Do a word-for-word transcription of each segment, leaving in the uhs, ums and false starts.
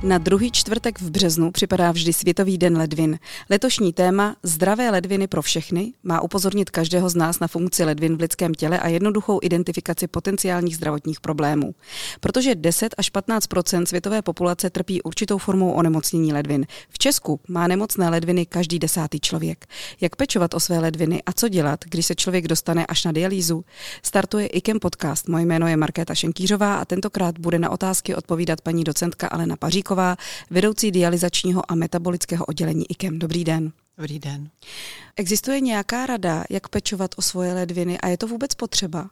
Na druhý čtvrtek v březnu připadá vždy Světový den ledvin. Letošní téma Zdravé ledviny pro všechny má upozornit každého z nás na funkci ledvin v lidském těle a jednoduchou identifikaci potenciálních zdravotních problémů. Protože deset až patnáct procent světové populace trpí určitou formou onemocnění ledvin. V Česku má nemocné ledviny každý desátý člověk. Jak pečovat o své ledviny a co dělat, když se člověk dostane až na dialýzu? Startuje I K E M podcast. Moje jméno je Markéta Šenkýřová a tentokrát bude na otázky odpovídat paní docentka Alena Paříková, vedoucí dialyzačního a metabolického oddělení I K E M. Dobrý den. Dobrý den. Existuje nějaká rada, jak pečovat o svoje ledviny a je to vůbec potřeba?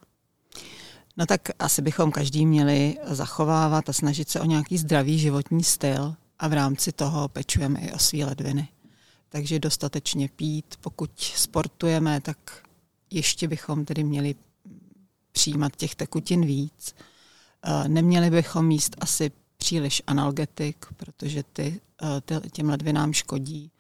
No tak asi bychom každý měli zachovávat a snažit se o nějaký zdravý životní styl a v rámci toho pečujeme i o své ledviny. Takže dostatečně pít, pokud sportujeme, tak ještě bychom tedy měli přijímat těch tekutin víc. Neměli bychom jíst asi příliš analgetik, protože ty, ty těm ledvinám škodí.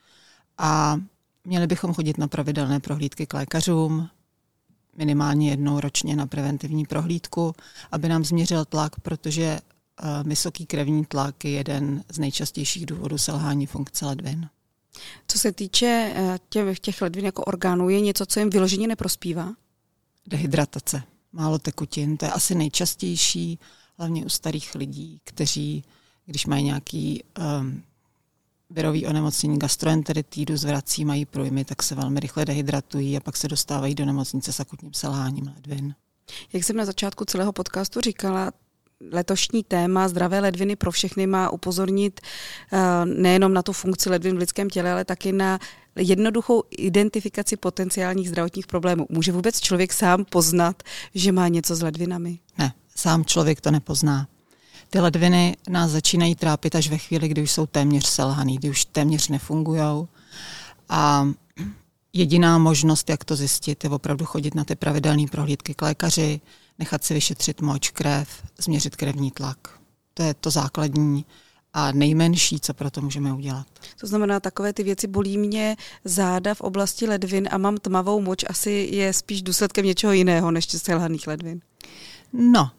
A měli bychom chodit na pravidelné prohlídky k lékařům, minimálně jednou ročně na preventivní prohlídku, aby nám změřil tlak, protože vysoký krevní tlak je jeden z nejčastějších důvodů selhání funkce ledvin. Co se týče těch, těch ledvin jako orgánů, je něco, co jim vyloženě neprospívá? Dehydratace, málo tekutin, to je asi nejčastější, hlavně u starých lidí, kteří, když mají nějaký um, virový onemocnění gastroenteritidu, zvrací, mají průjmy, tak se velmi rychle dehydratují a pak se dostávají do nemocnice s akutním selháním ledvin. Jak jsem na začátku celého podcastu říkala, letošní téma Zdravé ledviny pro všechny má upozornit uh, nejenom na tu funkci ledvin v lidském těle, ale taky na jednoduchou identifikaci potenciálních zdravotních problémů. Může vůbec člověk sám poznat, že má něco s ledvinami? Ne, sám člověk to nepozná. Ty ledviny nás začínají trápit až ve chvíli, kdy už jsou téměř selhaný, kdy už téměř nefungujou. A jediná možnost, jak to zjistit, je opravdu chodit na ty pravidelné prohlídky k lékaři, nechat si vyšetřit moč, krev, změřit krevní tlak. To je to základní a nejmenší, co pro to můžeme udělat. To znamená, takové ty věci, bolí mě záda v oblasti ledvin a mám tmavou moč, asi je spíš důsledkem něčeho jiného než selhaných ledvin. No,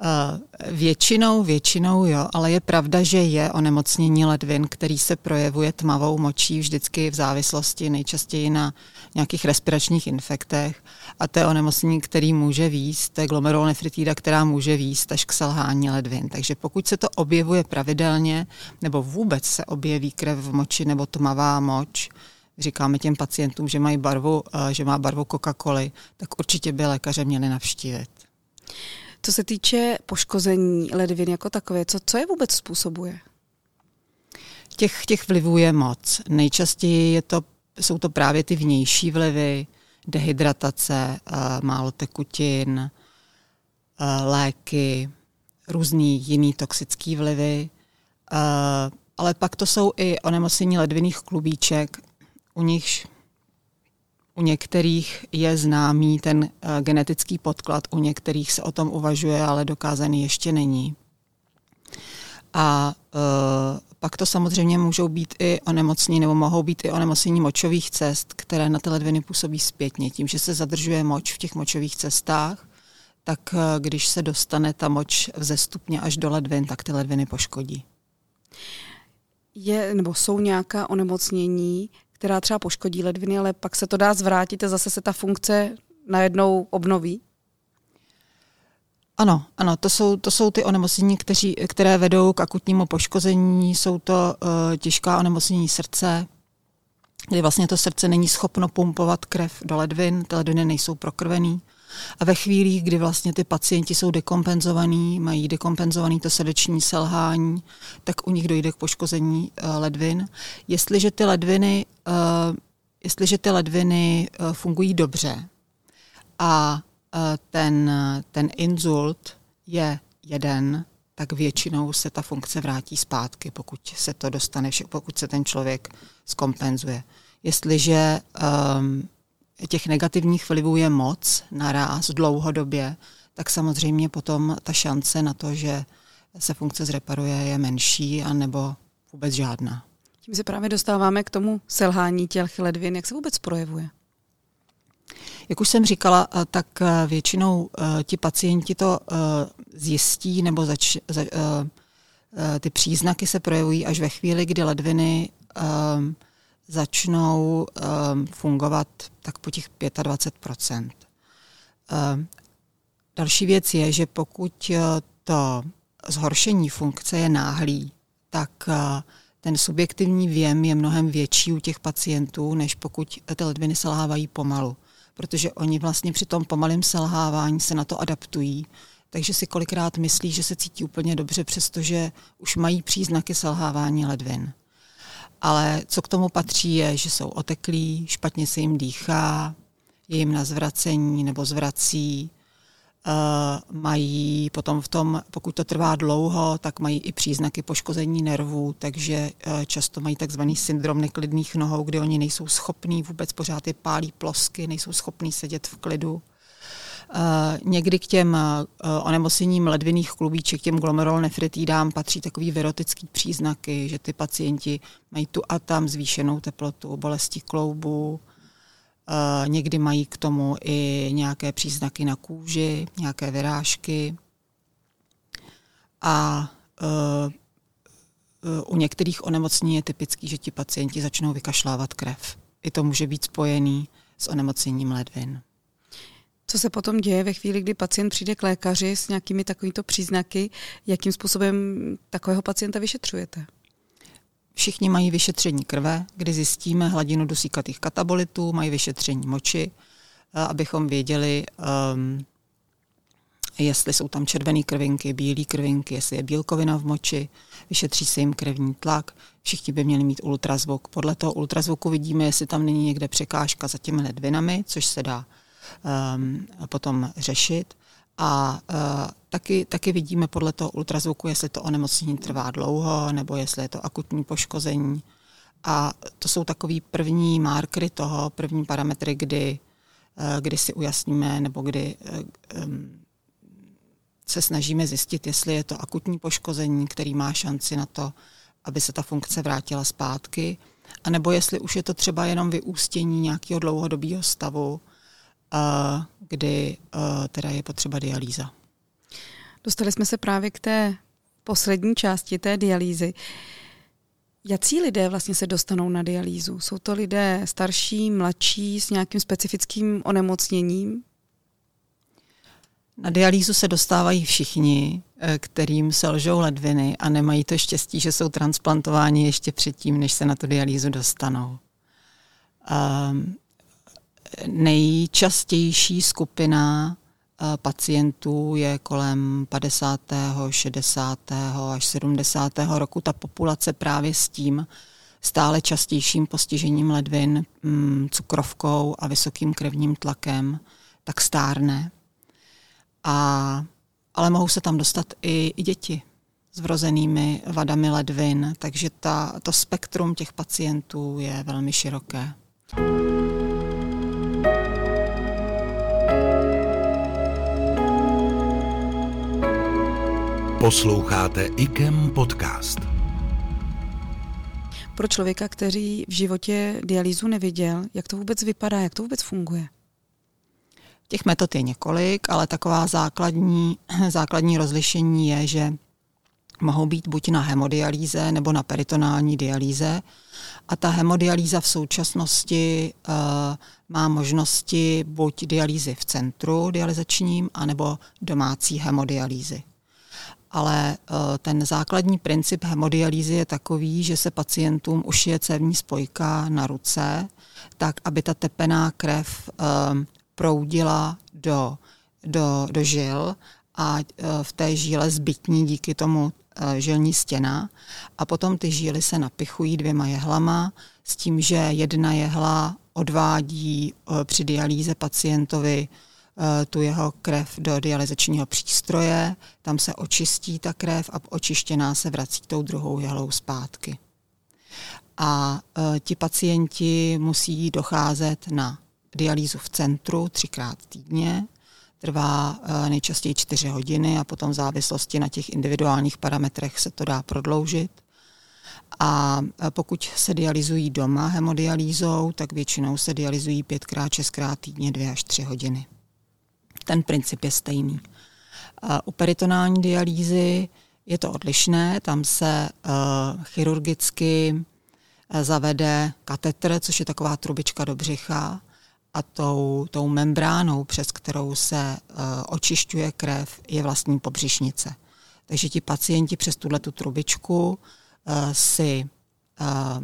většinou, většinou jo, ale je pravda, že je onemocnění ledvin, který se projevuje tmavou močí vždycky v závislosti nejčastěji na nějakých respiračních infektech a to je onemocnění, který může vést, to je glomerulonefritida, která může vést až k selhání ledvin. Takže pokud se to objevuje pravidelně nebo vůbec se objeví krev v moči nebo tmavá moč, říkáme těm pacientům, že mají barvu, že má barvu Coca-Coly, tak určitě by lékaře měli navštívit. Co se týče poškození ledvin jako takové, co, co je vůbec způsobuje? Těch, těch vlivů je moc. Nejčastěji je to, jsou to právě ty vnější vlivy, dehydratace, málo tekutin, léky, různý jiný toxický vlivy. Ale pak to jsou i onemocnění ledvinných klubíček, u nichž U některých je známý ten uh, genetický podklad, u některých se o tom uvažuje, ale dokázaný ještě není. A uh, pak to samozřejmě můžou být i onemocnění, nebo mohou být i onemocnění močových cest, které na ty ledviny působí zpětně. Tím, že se zadržuje moč v těch močových cestách, tak uh, když se dostane ta moč vzestupně až do ledvin, tak ty ledviny poškodí. Je, nebo jsou nějaká onemocnění, která třeba poškodí ledviny, ale pak se to dá zvrátit a zase se ta funkce najednou obnoví? Ano, ano, to jsou, to jsou ty onemocnění, kteří, které vedou k akutnímu poškození. Jsou to uh, těžká onemocnění srdce, kdy vlastně to srdce není schopno pumpovat krev do ledvin, ty ledviny nejsou prokrvený. A ve chvílích, kdy vlastně ty pacienti jsou dekompenzovaní, mají dekompenzovaný to srdeční selhání, tak u nich dojde k poškození uh, ledvin. Jestliže ty ledviny, uh, jestliže ty ledviny uh, fungují dobře a uh, ten, ten insult je jeden, tak většinou se ta funkce vrátí zpátky, pokud se to dostane, pokud se ten člověk zkompenzuje. Jestliže um, těch negativních vlivů je moc naráz dlouhodobě, tak samozřejmě potom ta šance na to, že se funkce zreparuje, je menší anebo vůbec žádná. Tím se právě dostáváme k tomu selhání těch ledvin. Jak se vůbec projevuje? Jak už jsem říkala, tak většinou ti pacienti to zjistí nebo zač, za, Ty příznaky se projevují až ve chvíli, kdy ledviny um, začnou um, fungovat tak po těch dvacet pět procent. Um, další věc je, že pokud to zhoršení funkce je náhlý, tak uh, ten subjektivní věm je mnohem větší u těch pacientů, než pokud ty ledviny selhávají pomalu. Protože oni vlastně při tom pomalém selhávání se na to adaptují, takže si kolikrát myslí, že se cítí úplně dobře, přestože už mají příznaky selhávání ledvin. Ale co k tomu patří je, že jsou oteklí, špatně se jim dýchá, je jim na zvracení nebo zvrací, uh, mají potom v tom, pokud to trvá dlouho, tak mají i příznaky poškození nervů, takže uh, často mají takzvaný syndrom neklidných nohou, kdy oni nejsou schopní vůbec pořád je pálí plosky, nejsou schopní sedět v klidu. Uh, někdy k těm uh, onemocněním ledvinných klubíček, těm glomerulonefritidám patří takový virotický příznaky, že ty pacienti mají tu a tam zvýšenou teplotu, bolesti kloubů, uh, někdy mají k tomu i nějaké příznaky na kůži, nějaké vyrážky a uh, uh, u některých onemocnění je typický, že ti pacienti začnou vykašlávat krev. I to může být spojený s onemocněním ledvin. Co se potom děje ve chvíli, kdy pacient přijde k lékaři s nějakými takovýmito příznaky? Jakým způsobem takového pacienta vyšetřujete? Všichni mají vyšetření krve, kdy zjistíme hladinu dusíkatých katabolitů, mají vyšetření moči, abychom věděli, um, jestli jsou tam červené krvinky, bílé krvinky, jestli je bílkovina v moči, vyšetří se jim krevní tlak. Všichni by měli mít ultrazvuk. Podle toho ultrazvuku vidíme, jestli tam není někde překážka za těmi ledvinami, což se dá Um, potom řešit. A uh, taky, taky vidíme podle toho ultrazvuku, jestli to onemocnění trvá dlouho, nebo jestli je to akutní poškození. A to jsou takový první markery toho, první parametry, kdy, uh, kdy si ujasníme, nebo kdy uh, um, se snažíme zjistit, jestli je to akutní poškození, který má šanci na to, aby se ta funkce vrátila zpátky, anebo jestli už je to třeba jenom vyústění nějakého dlouhodobého stavu, Uh, kdy uh, teda je potřeba dialýza. Dostali jsme se právě k té poslední části té dialýzy. Jací lidé vlastně se dostanou na dialýzu? Jsou to lidé starší, mladší, s nějakým specifickým onemocněním? Na dialýzu se dostávají všichni, kterým selžou ledviny a nemají to štěstí, že jsou transplantováni ještě předtím, než se na tu dialýzu dostanou. Um, Nejčastější skupina pacientů je kolem padesátého, šedesátého až sedmdesátého roku. Ta populace právě s tím stále častějším postižením ledvin, cukrovkou a vysokým krevním tlakem, tak stárne. A, ale mohou se tam dostat i, i děti s vrozenými vadami ledvin, takže ta, to spektrum těch pacientů je velmi široké. Posloucháte I K E M podcast. Pro člověka, který v životě dialýzu neviděl, jak to vůbec vypadá, jak to vůbec funguje? Těch metod je několik, ale taková základní, základní rozlišení je, že mohou být buď na hemodialýze nebo na peritonální dialýze. A ta hemodialýza v současnosti uh, má možnosti buď dialýzy v centru dialyzačním, anebo domácí hemodialýzy. Ale uh, ten základní princip hemodialýzy je takový, že se pacientům ušije cévní spojka na ruce, tak aby ta tepená krev uh, proudila do, do, do žil a uh, v té žíle zbytní díky tomu uh, žilní stěna a potom ty žíly se napichují dvěma jehlama s tím, že jedna jehla odvádí uh, při dialýze pacientovi tu jeho krev do dialyzačního přístroje, tam se očistí ta krev a očištěná se vrací tou druhou jehlou zpátky. A e, ti pacienti musí docházet na dialýzu v centru třikrát týdně, trvá e, nejčastěji čtyři hodiny a potom v závislosti na těch individuálních parametrech se to dá prodloužit. A pokud se dialyzují doma hemodialýzou, tak většinou se dialyzují pětkrát, šestkrát týdně, dvě až tři hodiny. Ten princip je stejný. U peritonální dialýzy Je to odlišné, tam se uh, chirurgicky uh, zavede katetr, což je taková trubička do břicha, a tou, tou membránou, přes kterou se uh, očišťuje krev, je vlastní pobřišnice. Takže ti pacienti přes tuhletu trubičku uh, si uh,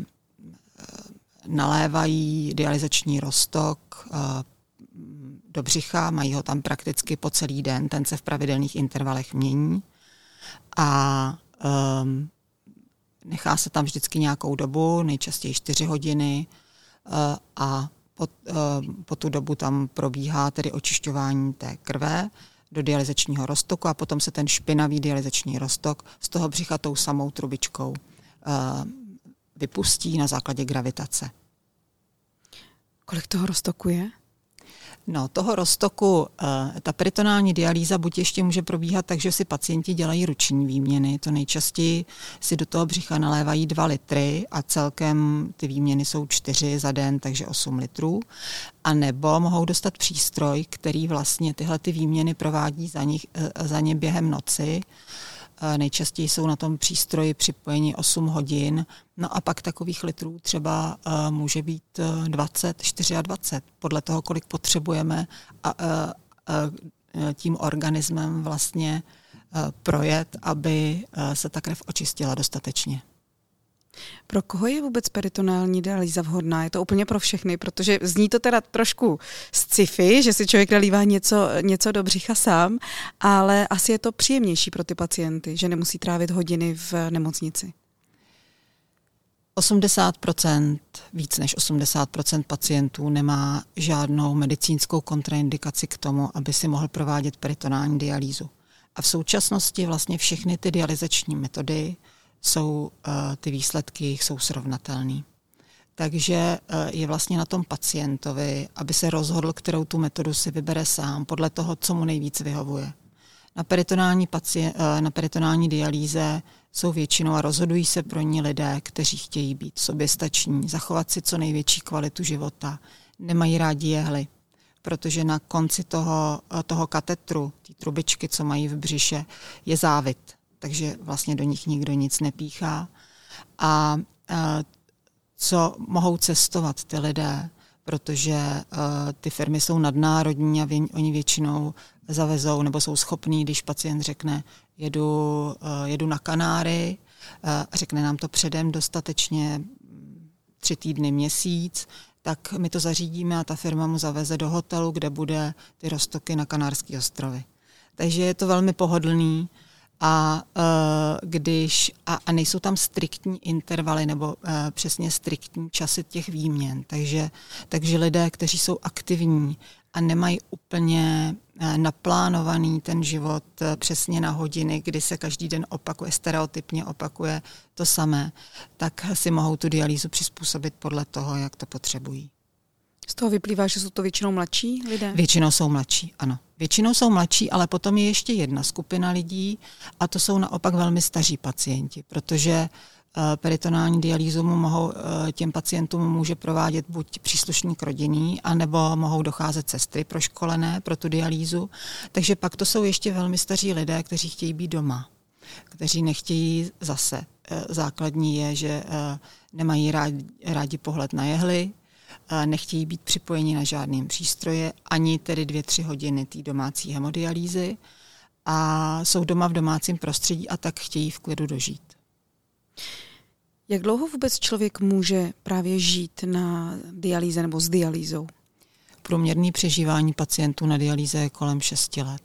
nalévají dialyzační roztok uh, do břicha, mají ho tam prakticky po celý den, ten se v pravidelných intervalech mění a um, nechá se tam vždycky nějakou dobu, nejčastěji čtyři hodiny uh, a po, uh, po tu dobu tam probíhá tedy očišťování té krve do dialyzačního roztoku a potom se ten špinavý dialyzační roztok z toho břicha tou samou trubičkou uh, vypustí na základě gravitace. Kolik toho roztoku je? No, toho roztoku, ta peritonální dialýza buď ještě může probíhat tak, že si pacienti dělají ruční výměny, to nejčastěji si do toho břicha nalévají dva litry a celkem ty výměny jsou čtyři za den, takže osm litrů. A nebo mohou dostat přístroj, který vlastně tyhle ty výměny provádí za, nich, za ně během noci. Nejčastěji jsou na tom přístroji připojeni osm hodin, no a pak takových litrů třeba uh, může být dvacet, dvacet čtyři, podle toho, kolik potřebujeme a uh, uh, tím organismem vlastně uh, projet, aby uh, se ta krev očistila dostatečně. Pro koho je vůbec peritonální dialýza vhodná? Je to úplně pro všechny, protože zní to teda trošku sci-fi, že si člověk nalívá něco, něco do břicha sám, ale asi je to příjemnější pro ty pacienty, že nemusí trávit hodiny v nemocnici. osmdesát procent, víc než osmdesát procent pacientů nemá žádnou medicínskou kontraindikaci k tomu, aby si mohl provádět peritonální dialýzu. A v současnosti vlastně všechny ty dialyzační metody jsou, ty výsledky jsou srovnatelné. Takže je vlastně na tom pacientovi, aby se rozhodl, kterou tu metodu si vybere sám, podle toho, co mu nejvíc vyhovuje. Na peritonální, pacient, na peritonální dialýze jsou většinou a rozhodují se pro ní lidé, kteří chtějí být soběstační, zachovat si co největší kvalitu života, nemají rádi jehly, protože na konci toho, toho katetru, té trubičky, co mají v břiše, je závit. Takže vlastně do nich nikdo nic nepíchá. A, a co mohou cestovat ty lidé, protože a, ty firmy jsou nadnárodní a vě, oni většinou zavezou nebo jsou schopní, když pacient řekne, jedu, a, jedu na Kanáry, a řekne nám to předem dostatečně tři týdny, měsíc, tak my to zařídíme a ta firma mu zaveze do hotelu, kde bude ty roztoky na Kanárské ostrovy. Takže je to velmi pohodlný. A uh, když a, a nejsou tam striktní intervaly nebo uh, přesně striktní časy těch výměn, takže, takže lidé, kteří jsou aktivní a nemají úplně uh, naplánovaný ten život uh, přesně na hodiny, kdy se každý den opakuje, stereotypně opakuje to samé, tak si mohou tu dialýzu přizpůsobit podle toho, jak to potřebují. Z toho vyplývá, že jsou to většinou mladší lidé? Většinou jsou mladší, ano. Většinou jsou mladší, ale potom je ještě jedna skupina lidí a to jsou naopak velmi staří pacienti, protože uh, peritonální dialýzu mohou, uh, těm pacientům může provádět buď příslušník rodinný, anebo mohou docházet sestry proškolené pro tu dialýzu. Takže pak to jsou ještě velmi staří lidé, kteří chtějí být doma, kteří nechtějí zase. Uh, základní je, že uh, nemají rádi, rádi pohled na jehly, nechtějí být připojeni na žádným přístroje, ani tedy dvě, tři hodiny té domácí hemodialýzy a jsou doma v domácím prostředí a tak chtějí v klidu dožít. Jak dlouho vůbec člověk může právě žít na dialýze nebo s dialýzou? Průměrné přežívání pacientů na dialýze je kolem šesti let.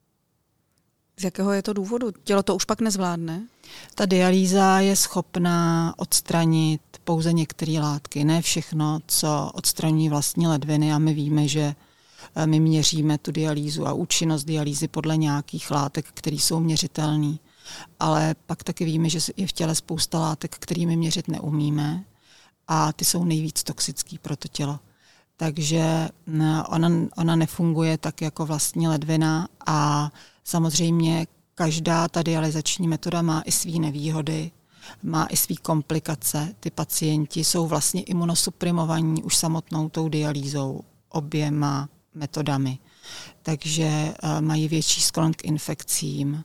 Z jakého je to důvodu? Tělo to už pak nezvládne? Ta dialýza je schopná odstranit pouze některé látky, ne všechno, co odstraňují vlastní ledviny a my víme, že my měříme tu dialýzu a účinnost dialýzy podle nějakých látek, které jsou měřitelné. Ale pak taky víme, že je v těle spousta látek, kterými měřit neumíme a ty jsou nejvíc toxický pro to tělo. Takže ona, ona nefunguje tak jako vlastní ledvina a samozřejmě každá ta dialyzační metoda má i své nevýhody, má i své komplikace. Ty pacienti jsou vlastně imunosuprimovaní už samotnou tou dialýzou, oběma metodami. Takže mají větší sklon k infekcím,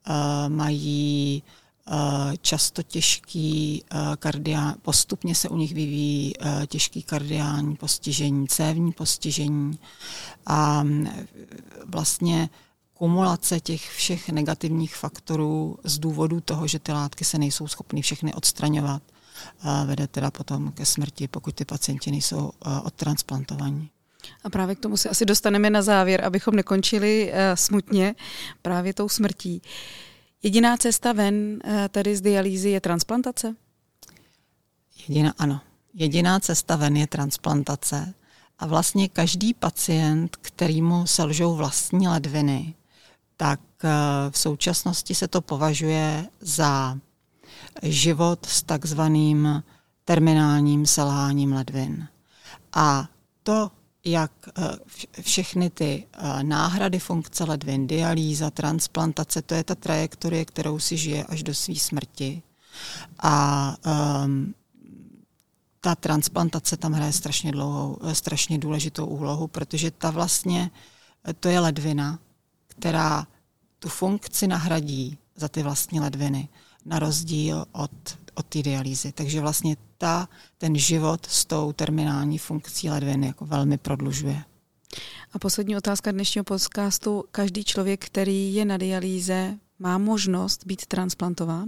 mají často těžký kardián, postupně se u nich vyvíjí těžký kardiální postižení, cévní postižení a vlastně kumulace těch všech negativních faktorů z důvodu toho, že ty látky se nejsou schopny všechny odstraňovat, vede teda potom ke smrti, pokud ty pacienti nejsou odtransplantovaní. A právě k tomu se asi dostaneme na závěr, abychom nekončili uh, smutně právě tou smrtí. Jediná cesta ven uh, tady z dialýzy je transplantace? Jediná, ano. Jediná cesta ven je transplantace. A vlastně každý pacient, kterýmu selžou vlastní ledviny, tak uh, v současnosti se to považuje za život s takzvaným terminálním selháním ledvin. A to, jak všechny ty náhrady funkce ledvin, dialýza, transplantace, to je ta trajektorie, kterou si žije až do své smrti. A um, ta transplantace tam hraje strašně dlouhou, strašně důležitou úlohu, protože ta vlastně, to je ledvina, která tu funkci nahradí za ty vlastní ledviny, na rozdíl od, od té dialýzy. Takže vlastně ta, ten život s tou terminální funkcí ledvin jako velmi prodlužuje. A poslední otázka dnešního podcastu. Každý člověk, který je na dialýze, má možnost být transplantován?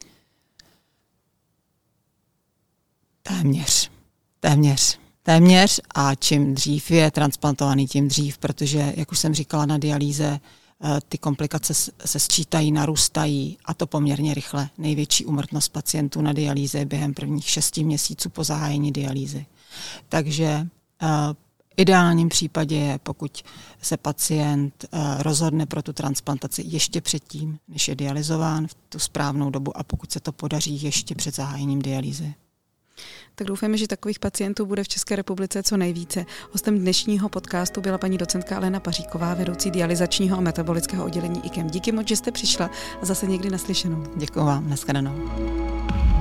Téměř. Téměř. Téměř a čím dřív je transplantovaný, tím dřív, protože, jak už jsem říkala, na dialýze ty komplikace se sčítají, narůstají a to poměrně rychle. Největší úmrtnost pacientů na dialýze je během prvních šesti měsíců po zahájení dialýzy. Takže uh, ideálním případě je, pokud se pacient uh, rozhodne pro tu transplantaci ještě předtím, než je dialyzován v tu správnou dobu a pokud se to podaří ještě před zahájením dialýzy. Tak doufáme, že takových pacientů bude v České republice co nejvíce. Hostem dnešního podcastu byla paní docentka Alena Paříková, vedoucí dialyzačního a metabolického oddělení I K E M. Díky moc, že jste přišla a zase někdy naslyšenou. Děkuji vám, nashledanou.